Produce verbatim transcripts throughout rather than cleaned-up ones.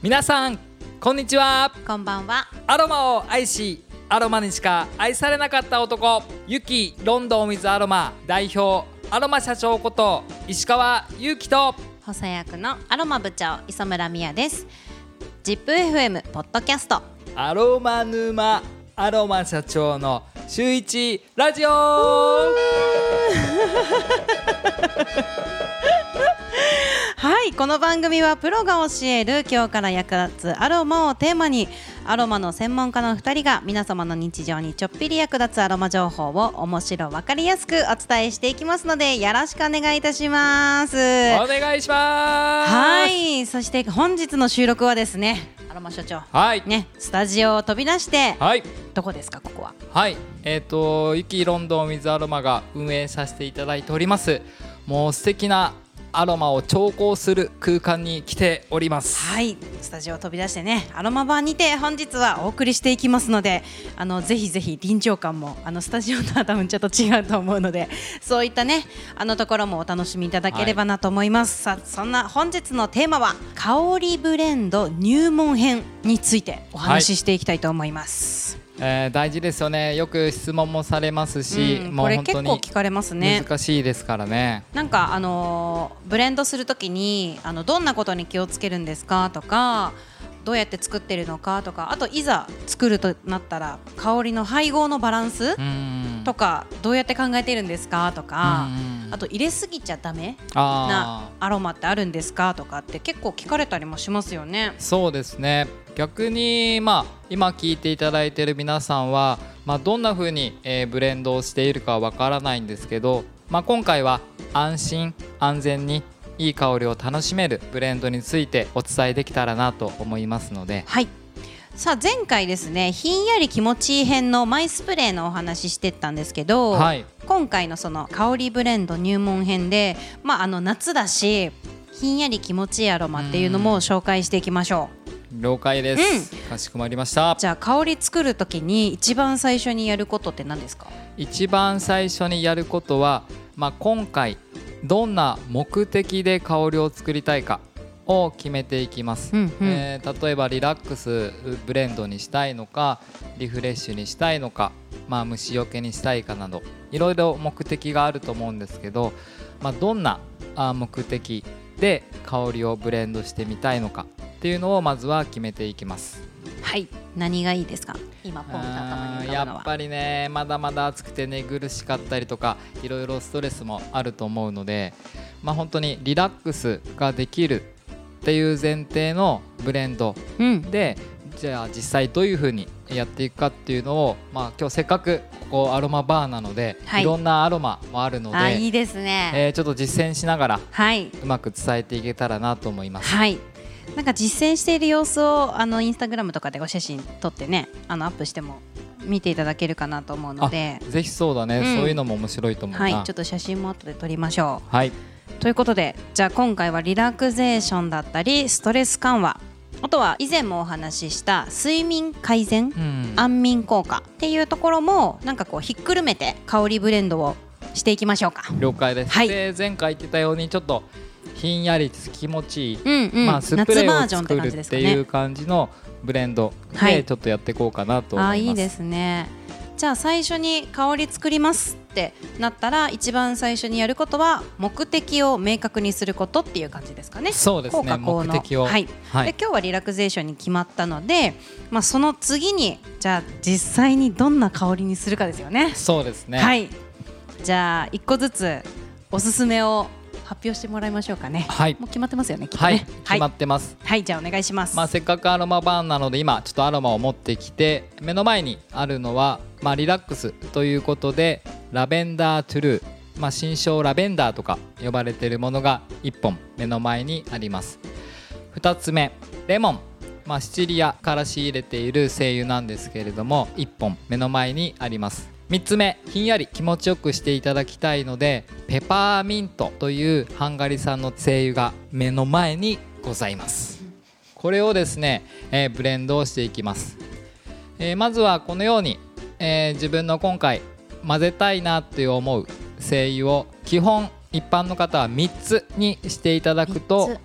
皆さんこんにちは。 こんばんは。 アロマを愛しアロマにしか愛されなかった男、ユキロンドンウィズアロマ代表アロマ社長こと石川祐希と補佐役のアロマ部長磯村美也です。 ジップエフエム ポッドキャストアロマ沼アロマ社長の週一ラジオはい、この番組はプロが教える今日から役立つアロマをテーマに、アロマの専門家のふたりが皆様の日常にちょっぴり役立つアロマ情報を面白分かりやすくお伝えしていきますので、よろしくお願いいたします。 お願いします。 はい、そして本日の収録はですね、アロマ所長、 はいね、スタジオを飛び出して、 はい、 どこですかここは？ はい、えっ、ー、とユキロンドンウィズアロマが運営させていただいておりますもう素敵なアロマを調香する空間に来ております。 はい、スタジオを飛び出してね、アロマバーにて本日はお送りしていきますので、あのぜひぜひ臨場感もあのスタジオとは多分ちょっと違うと思うので、そういったねあのところもお楽しみいただければなと思います、はい、さあそんな本日のテーマは香りブレンド入門編についてお話ししていきたいと思います、 はい、えー、大事ですよね。よく質問もされますし、 うん、 もうこれ本当に結構聞かれますね。 難しいですからね。 なんかあのー、ブレンドするときにあのどんなことに気をつけるんですかとか、どうやって作ってるのかとか、あといざ作るとなったら香りの配合のバランスとかどうやって考えているんですかとか、あと入れすぎちゃダメなアロマってあるんですかとかって結構聞かれたりもしますよね。 そうですね。逆に、まあ、今聞いていただいている皆さんは、まあ、どんな風に、えー、ブレンドをしているかわからないんですけど、まあ、今回は安心安全にいい香りを楽しめるブレンドについてお伝えできたらなと思いますので、 はい。さあ前回ですね、ひんやり気持ちいい編のマイスプレーのお話ししてったんですけど、はい、今回のその香りブレンド入門編で、まあ、あの夏だしひんやり気持ちいいアロマっていうのも紹介していきましょう。 了解です、うん、かしこまりました。 じゃあ香り作るときに一番最初にやることって何ですか？ 一番最初にやることは、まあ、今回どんな目的で香りを作りたいかを決めていきます、うんうん、えー、例えばリラックスブレンドにしたいのか、リフレッシュにしたいのか、まあ、虫除けにしたいかなどいろいろ目的があると思うんですけど、まあ、どんな目的で香りをブレンドしてみたいのかっていうのをまずは決めていきます。 はい、何がいいですか？今ポンと頭に浮かぶのは。 やっぱりね、まだまだ暑くて寝苦しかったりとかいろいろストレスもあると思うので、まあ、本当にリラックスができるっていう前提のブレンド、うん、でじゃあ実際どういう風にやっていくかっていうのを、まあ、今日せっかくここアロマバーなので、はい、いろんなアロマもあるので、 あ、いいですね、 えー、ちょっと実践しながら、はい、うまく伝えていけたらなと思います。 はい、なんか実践している様子をあのインスタグラムとかでご写真撮ってね、あのアップしても見ていただけるかなと思うので、 ぜひそうだね、うん、そういうのも面白いと思うな。 はい、ちょっと写真も後で撮りましょう。 はい、 ということで、じゃあ今回はリラクゼーションだったりストレス緩和、あとは以前もお話しした睡眠改善、うん、安眠効果っていうところもなんかこうひっくるめて香りブレンドをしていきましょうか。 了解です、はい、で前回言ってたようにちょっとひんやり気持ちいい、 うんうん、 まあ、スプレーを作るっていう感じのブレンドでちょっとやっていこうかなと思います、はい、 あ、いいですね。じゃあ最初に香り作りますってなったら、一番最初にやることは目的を明確にすることっていう感じですかね。 そうですね、目的を、 はいはい、で今日はリラクゼーションに決まったので、まあ、その次にじゃあ実際にどんな香りにするかですよね。 そうですね、 はい、じゃあいっこずつおすすめを発表してもらいましょうかね。はい、もう決まってますよね、きっとね。 はい、決まってます。 はい、じゃあお願いします。 まあ、せっかくアロマバーンなので今ちょっとアロマを持ってきて、目の前にあるのは、まあ、リラックスということでラベンダートゥルー、まあ、新生ラベンダーとか呼ばれているものがいっぽん目の前にあります。ふたつめレモン、まあ、シチリアから仕入れている精油なんですけれどもいっぽん目の前にあります。みっつめ、ひんやり気持ちよくしていただきたいのでペパーミントというハンガリー産の精油が目の前にございます。これをですね、えー、ブレンドをしていきます、えー、まずはこのように、えー、自分の今回混ぜたいなって思う精油を基本一般の方はみっつにしていただくと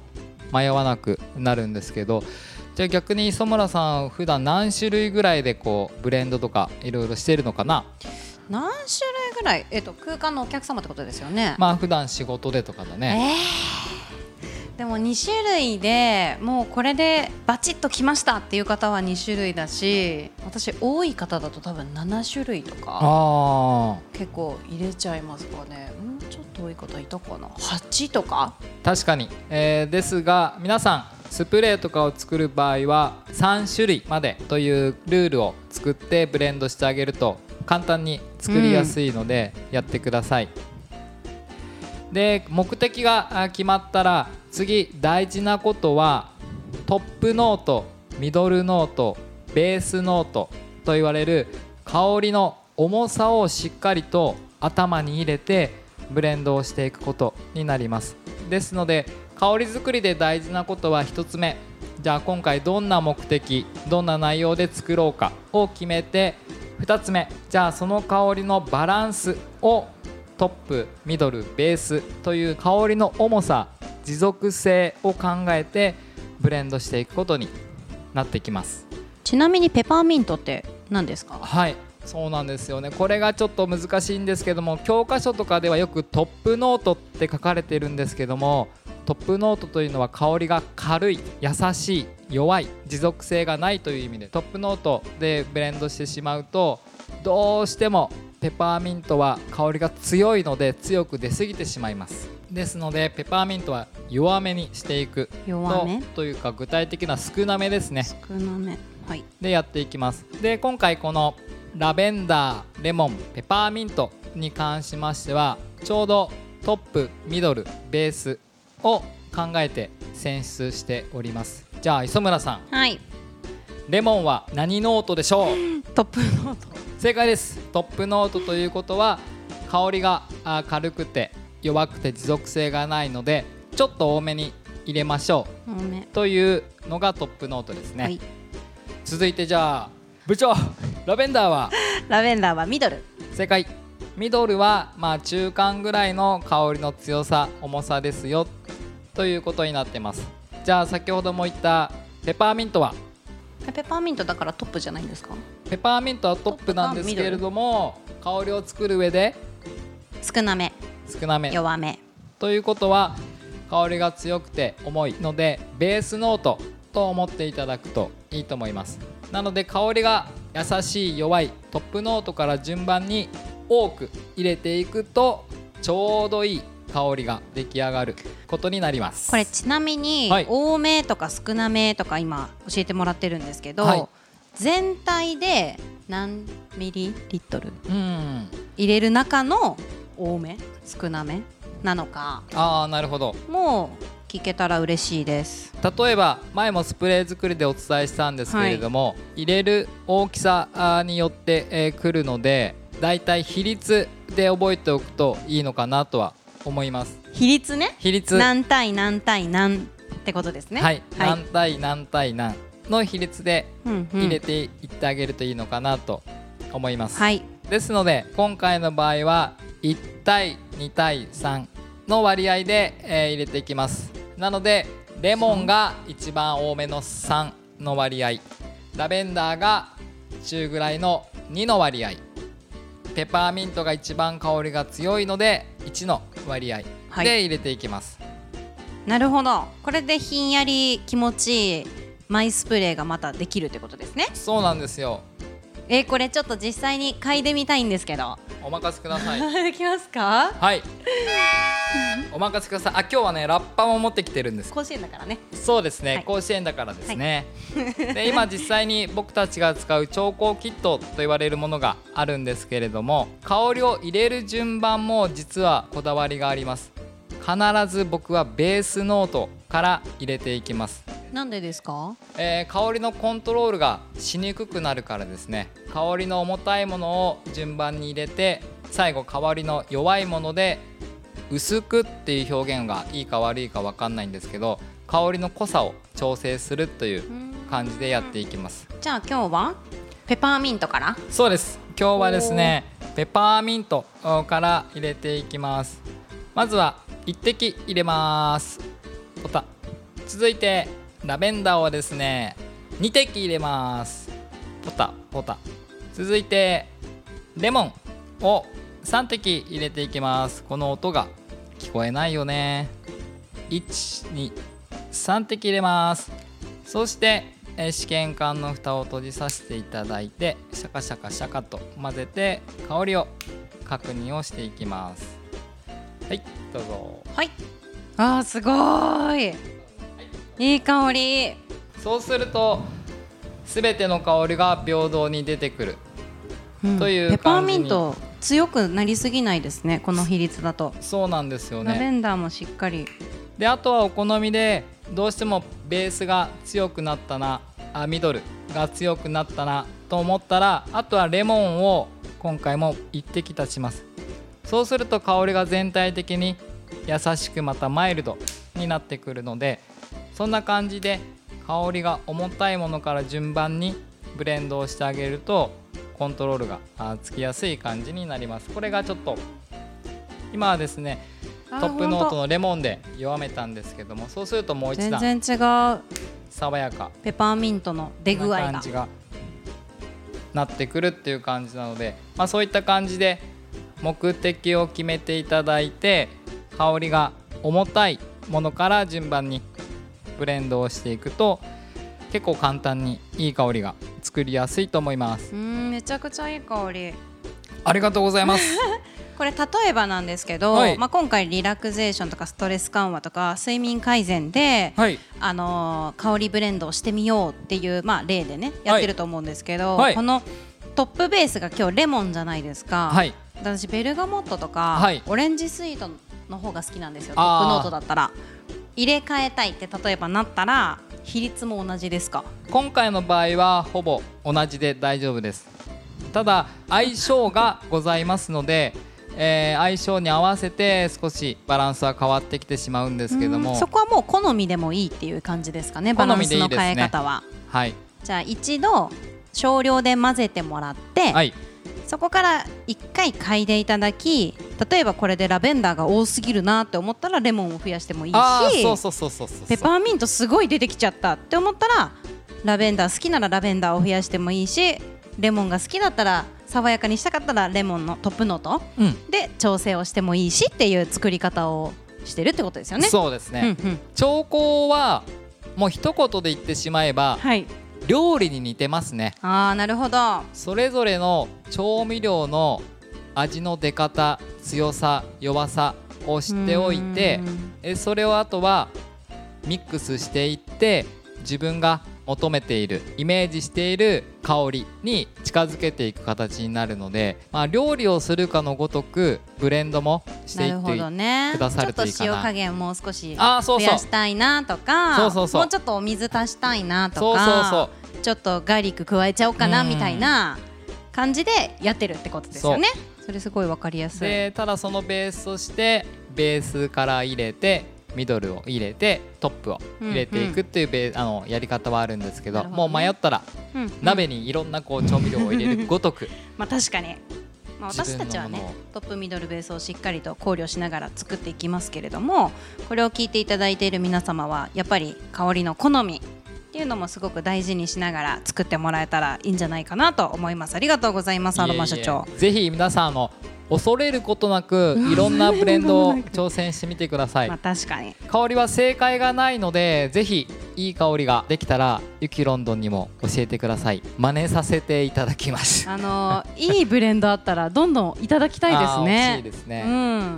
迷わなくなるんですけど、じゃあ逆に磯村さん普段何種類ぐらいでこうブレンドとかいろいろしてるのかな？ 何種類ぐらい、えっと、空間のお客様ってことですよね。 まあ普段仕事でとかだね、 えー、でもに種類でもうこれでバチッときましたっていう方はに種類だし、私多い方だと多分なな種類とかあ結構入れちゃいますかね。もうちょっと多い方いたかな、はちとか。 確かに、えー、ですが皆さんスプレーとかを作る場合はさん種類までというルールを作ってブレンドしてあげると簡単に作りやすいのでやってください、うん、で目的が決まったら次大事なことはトップノート、ミドルノート、ベースノートと言われる香りの重さをしっかりと頭に入れてブレンドをしていくことになります。ですので香り作りで大事なことはひとつめ、じゃあ今回どんな目的、どんな内容で作ろうかを決めて、ふたつめ、じゃあその香りのバランスをトップ、ミドル、ベースという香りの重さ、持続性を考えてブレンドしていくことになってきます。 ちなみにペパーミントって何ですか？ はい、そうなんですよね。これがちょっと難しいんですけども、教科書とかではよくトップノートって書かれているんですけども、トップノートというのは香りが軽い、優しい、弱い、持続性がないという意味でトップノートでブレンドしてしまうと、どうしてもペパーミントは香りが強いので強く出過ぎてしまいます。ですのでペパーミントは弱めにしていくと、 弱めというか具体的な少なめですね。 少なめ、はい、 でやっていきます。で今回このラベンダー、レモン、ペパーミントに関しましてはちょうどトップ、ミドル、ベースを考えて選出しております。じゃあ磯村さん、 はい、 レモンは何ノートでしょう？ トップノート。 正解です。トップノートということは香りが軽くて弱くて持続性がないのでちょっと多めに入れましょう多めというのがトップノートですね、 はい、 続いてじゃあ部長、ラベンダーは？ ラベンダーはミドル。 正解。ミドルはまあ中間ぐらいの香りの強さ、重さですよということになってます。じゃあ先ほども言ったペパーミントは？ ペパーミントだからトップじゃないんですか？ ペパーミントはトップなんですけれども香りを作る上で少なめ、 少なめ、 弱めということは香りが強くて重いのでベースノートと思っていただくといいと思います。なので香りが優しい、弱いトップノートから順番に多く入れていくとちょうどいい香りが出来上がることになります。 これちなみに、はい、多めとか少なめとか今教えてもらってるんですけど、はい、全体で何ミリリットルうん入れる中の多め少なめなのか、 あーなるほど、 もう聞けたら嬉しいです。 例えば前もスプレー作りでお伝えしたんですけれども、はい、入れる大きさによってく、えー、るのでだいたい比率で覚えておくといいのかなとは思います。 比率ね。 比率、 何対何対何ってことですね。 はい、 はい、 何対何対何の比率で入れていってあげるといいのかなと思います、 はい、 ですので今回の場合はいち対に対さんの割合で、えー、入れていきます。なのでレモンが一番多めのさんの割合、ラベンダーが中ぐらいのにの割合、ペパーミントが一番香りが強いのでいちの割合で入れていきます、はい、 なるほど。これでひんやり気持ちいいマイスプレーがまたできるってことですね。 そうなんですよ。 えー、これちょっと実際に嗅いでみたいんですけど。 お任せください。 できますか？ はいお任せください。あ、今日はねラッパも持ってきてるんです。 甲子園だからね。 そうですね、 はい、 甲子園だからですね、はい、で今実際に僕たちが使う調香キットと言われるものがあるんですけれども、香りを入れる順番も実はこだわりがあります。必ず僕はベースノートから入れていきます。 なんでですか？ えー、香りのコントロールがしにくくなるからですね。香りの重たいものを順番に入れて最後香りの弱いもので薄くっていう表現がいいか悪いか分かんないんですけど、香りの濃さを調整するという感じでやっていきます。 じゃあ今日はペパーミントから？ そうです。今日はですねペパーミントから入れていきます。まずはいち滴入れます。おた続いてラベンダーをですねに滴入れます。ポタポタ。続いてレモンをさん滴入れていきます。この音が聞こえないよね。いち、に、さん滴入れます。そして試験管の蓋を閉じさせていただいて、シャカシャカシャカと混ぜて香りを確認をしていきます。はい、どうぞ。 はい。あー、すごーい、いい香り。 そうすると全ての香りが平等に出てくる、うん、という感じに。 ペパーミント強くなりすぎないですね、この比率だと。 そうなんですよね。 ラベンダーもしっかりで、あとはお好みでどうしてもベースが強くなったな、あミドルが強くなったなと思ったら、あとはレモンを今回もいって滴足します。そうすると香りが全体的に優しくまたマイルドになってくるので、そんな感じで香りが重たいものから順番にブレンドをしてあげるとコントロールがつきやすい感じになります。これがちょっと今はですねトップノートのレモンで弱めたんですけども、そうするともう一段全然違う爽やかペパーミントの出具合が感じがなってくるっていう感じなので、まあ、そういった感じで目的を決めていただいて、香りが重たいものから順番にブレンドをしていくと結構簡単にいい香りが作りやすいと思います。 うん、めちゃくちゃいい香り。 ありがとうございますこれ例えばなんですけど、はい、まあ、今回リラクゼーションとかストレス緩和とか睡眠改善で、はい、あのー、香りブレンドをしてみようっていう、まあ、例でねやってると思うんですけど、はい、このトップベースが今日レモンじゃないですか、はい、私ベルガモットとか、はい、オレンジスイートの方が好きなんですよ。トップノートだったら入れ替えたいって例えばなったら比率も同じですか？ 今回の場合はほぼ同じで大丈夫です。ただ相性がございますので、えー、相性に合わせて少しバランスは変わってきてしまうんですけども、 そこはもう好みでもいいっていう感じですかね。バランスの変え方は、 ね、はい、 じゃあ一度少量で混ぜてもらって、はい、そこからいっかい嗅いでいただき、例えばこれでラベンダーが多すぎるなって思ったらレモンを増やしてもいいし、ペパーミントすごい出てきちゃったって思ったらラベンダー好きならラベンダーを増やしてもいいし、レモンが好きだったら爽やかにしたかったらレモンのトップノートで調整をしてもいいしっていう作り方をしてるってことですよね。 そうですね、うんうん、調香はもう一言で言ってしまえば、はい、料理に似てますね。 あー、なるほど。 それぞれの調味料の味の出方、強さ、弱さを知っておいて、えそれをあとはミックスしていって自分が求めているイメージしている香りに近づけていく形になるので、まあ、料理をするかのごとくブレンドもしていってくださるといいかな。 ちょっと塩加減もう少し増やしたいなとか、そうそうそう、もうちょっとお水足したいなとか、そうそうそう、ちょっとガーリック加えちゃおうかなみたいな感じでやってるってことですよね。 そ, それすごい分かりやすい。 でただそのベースとしてベースから入れてミドルを入れてトップを入れていくっていうベ、うんうん、あのやり方はあるんですけど、ね、もう迷ったら、うんうん、鍋にいろんなこう調味料を入れるごとくまあ確かに、まあ、私たちはねトップミドルベースをしっかりと考慮しながら作っていきますけれども、これを聞いていただいている皆様はやっぱり香りの好みっていうのもすごく大事にしながら作ってもらえたらいいんじゃないかなと思います。ありがとうございます。アロマ社長、 ぜひ皆さんの恐れることなくいろんなブレンドを挑戦してみてください。 まあ確かに香りは正解がないので、ぜひいい香りができたらユキロンドンにも教えてください。真似させていただきます。 あのー、いいブレンドあったらどんどんいただきたいですね。 欲しいですね、 うん、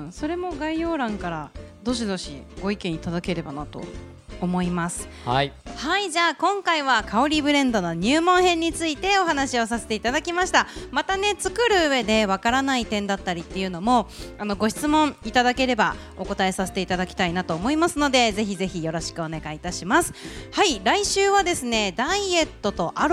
それも概要欄からどしどしご意見いただければなと思います。 はい、 はい、じゃあ今回は香りブレンドの入門編についてお話をさせていただきました。またね、作る上でわからない点だったりっていうのもあのご質問いただければお答えさせていただきたいなと思いますので、ぜひぜひよろしくお願いいたします。はい、来週はですねダイエットとアロマ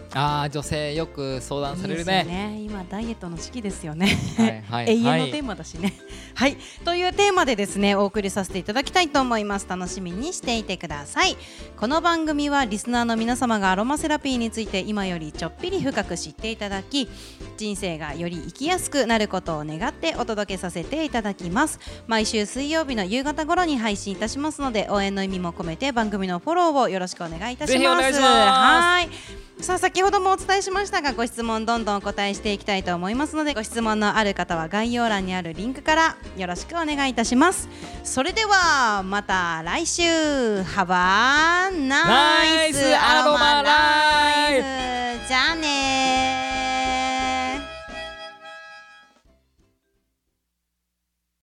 あー女性よく相談されるいいですよね。 ね。今ダイエットの時期ですよね。 はいはい永遠のはいテーマだしね。はい、というテーマでですねお送りさせていただきたいと思います。楽しみにしていてください。この番組はリスナーの皆様がアロマセラピーについて今よりちょっぴり深く知っていただき、人生がより生きやすくなることを願ってお届けさせていただきます。毎週水曜日の夕方頃に配信いたしますので、応援の意味も込めて番組のフォローをよろしくお願いいたします。 ぜひお願いします。 はい、さあ先ほどもお伝えしましたが、ご質問どんどんお答えしていきたいと思いますので、ご質問のある方は概要欄にあるリンクからよろしくお願いいたします。それではまた来週 Have a nice アロマライフ。じゃあねー。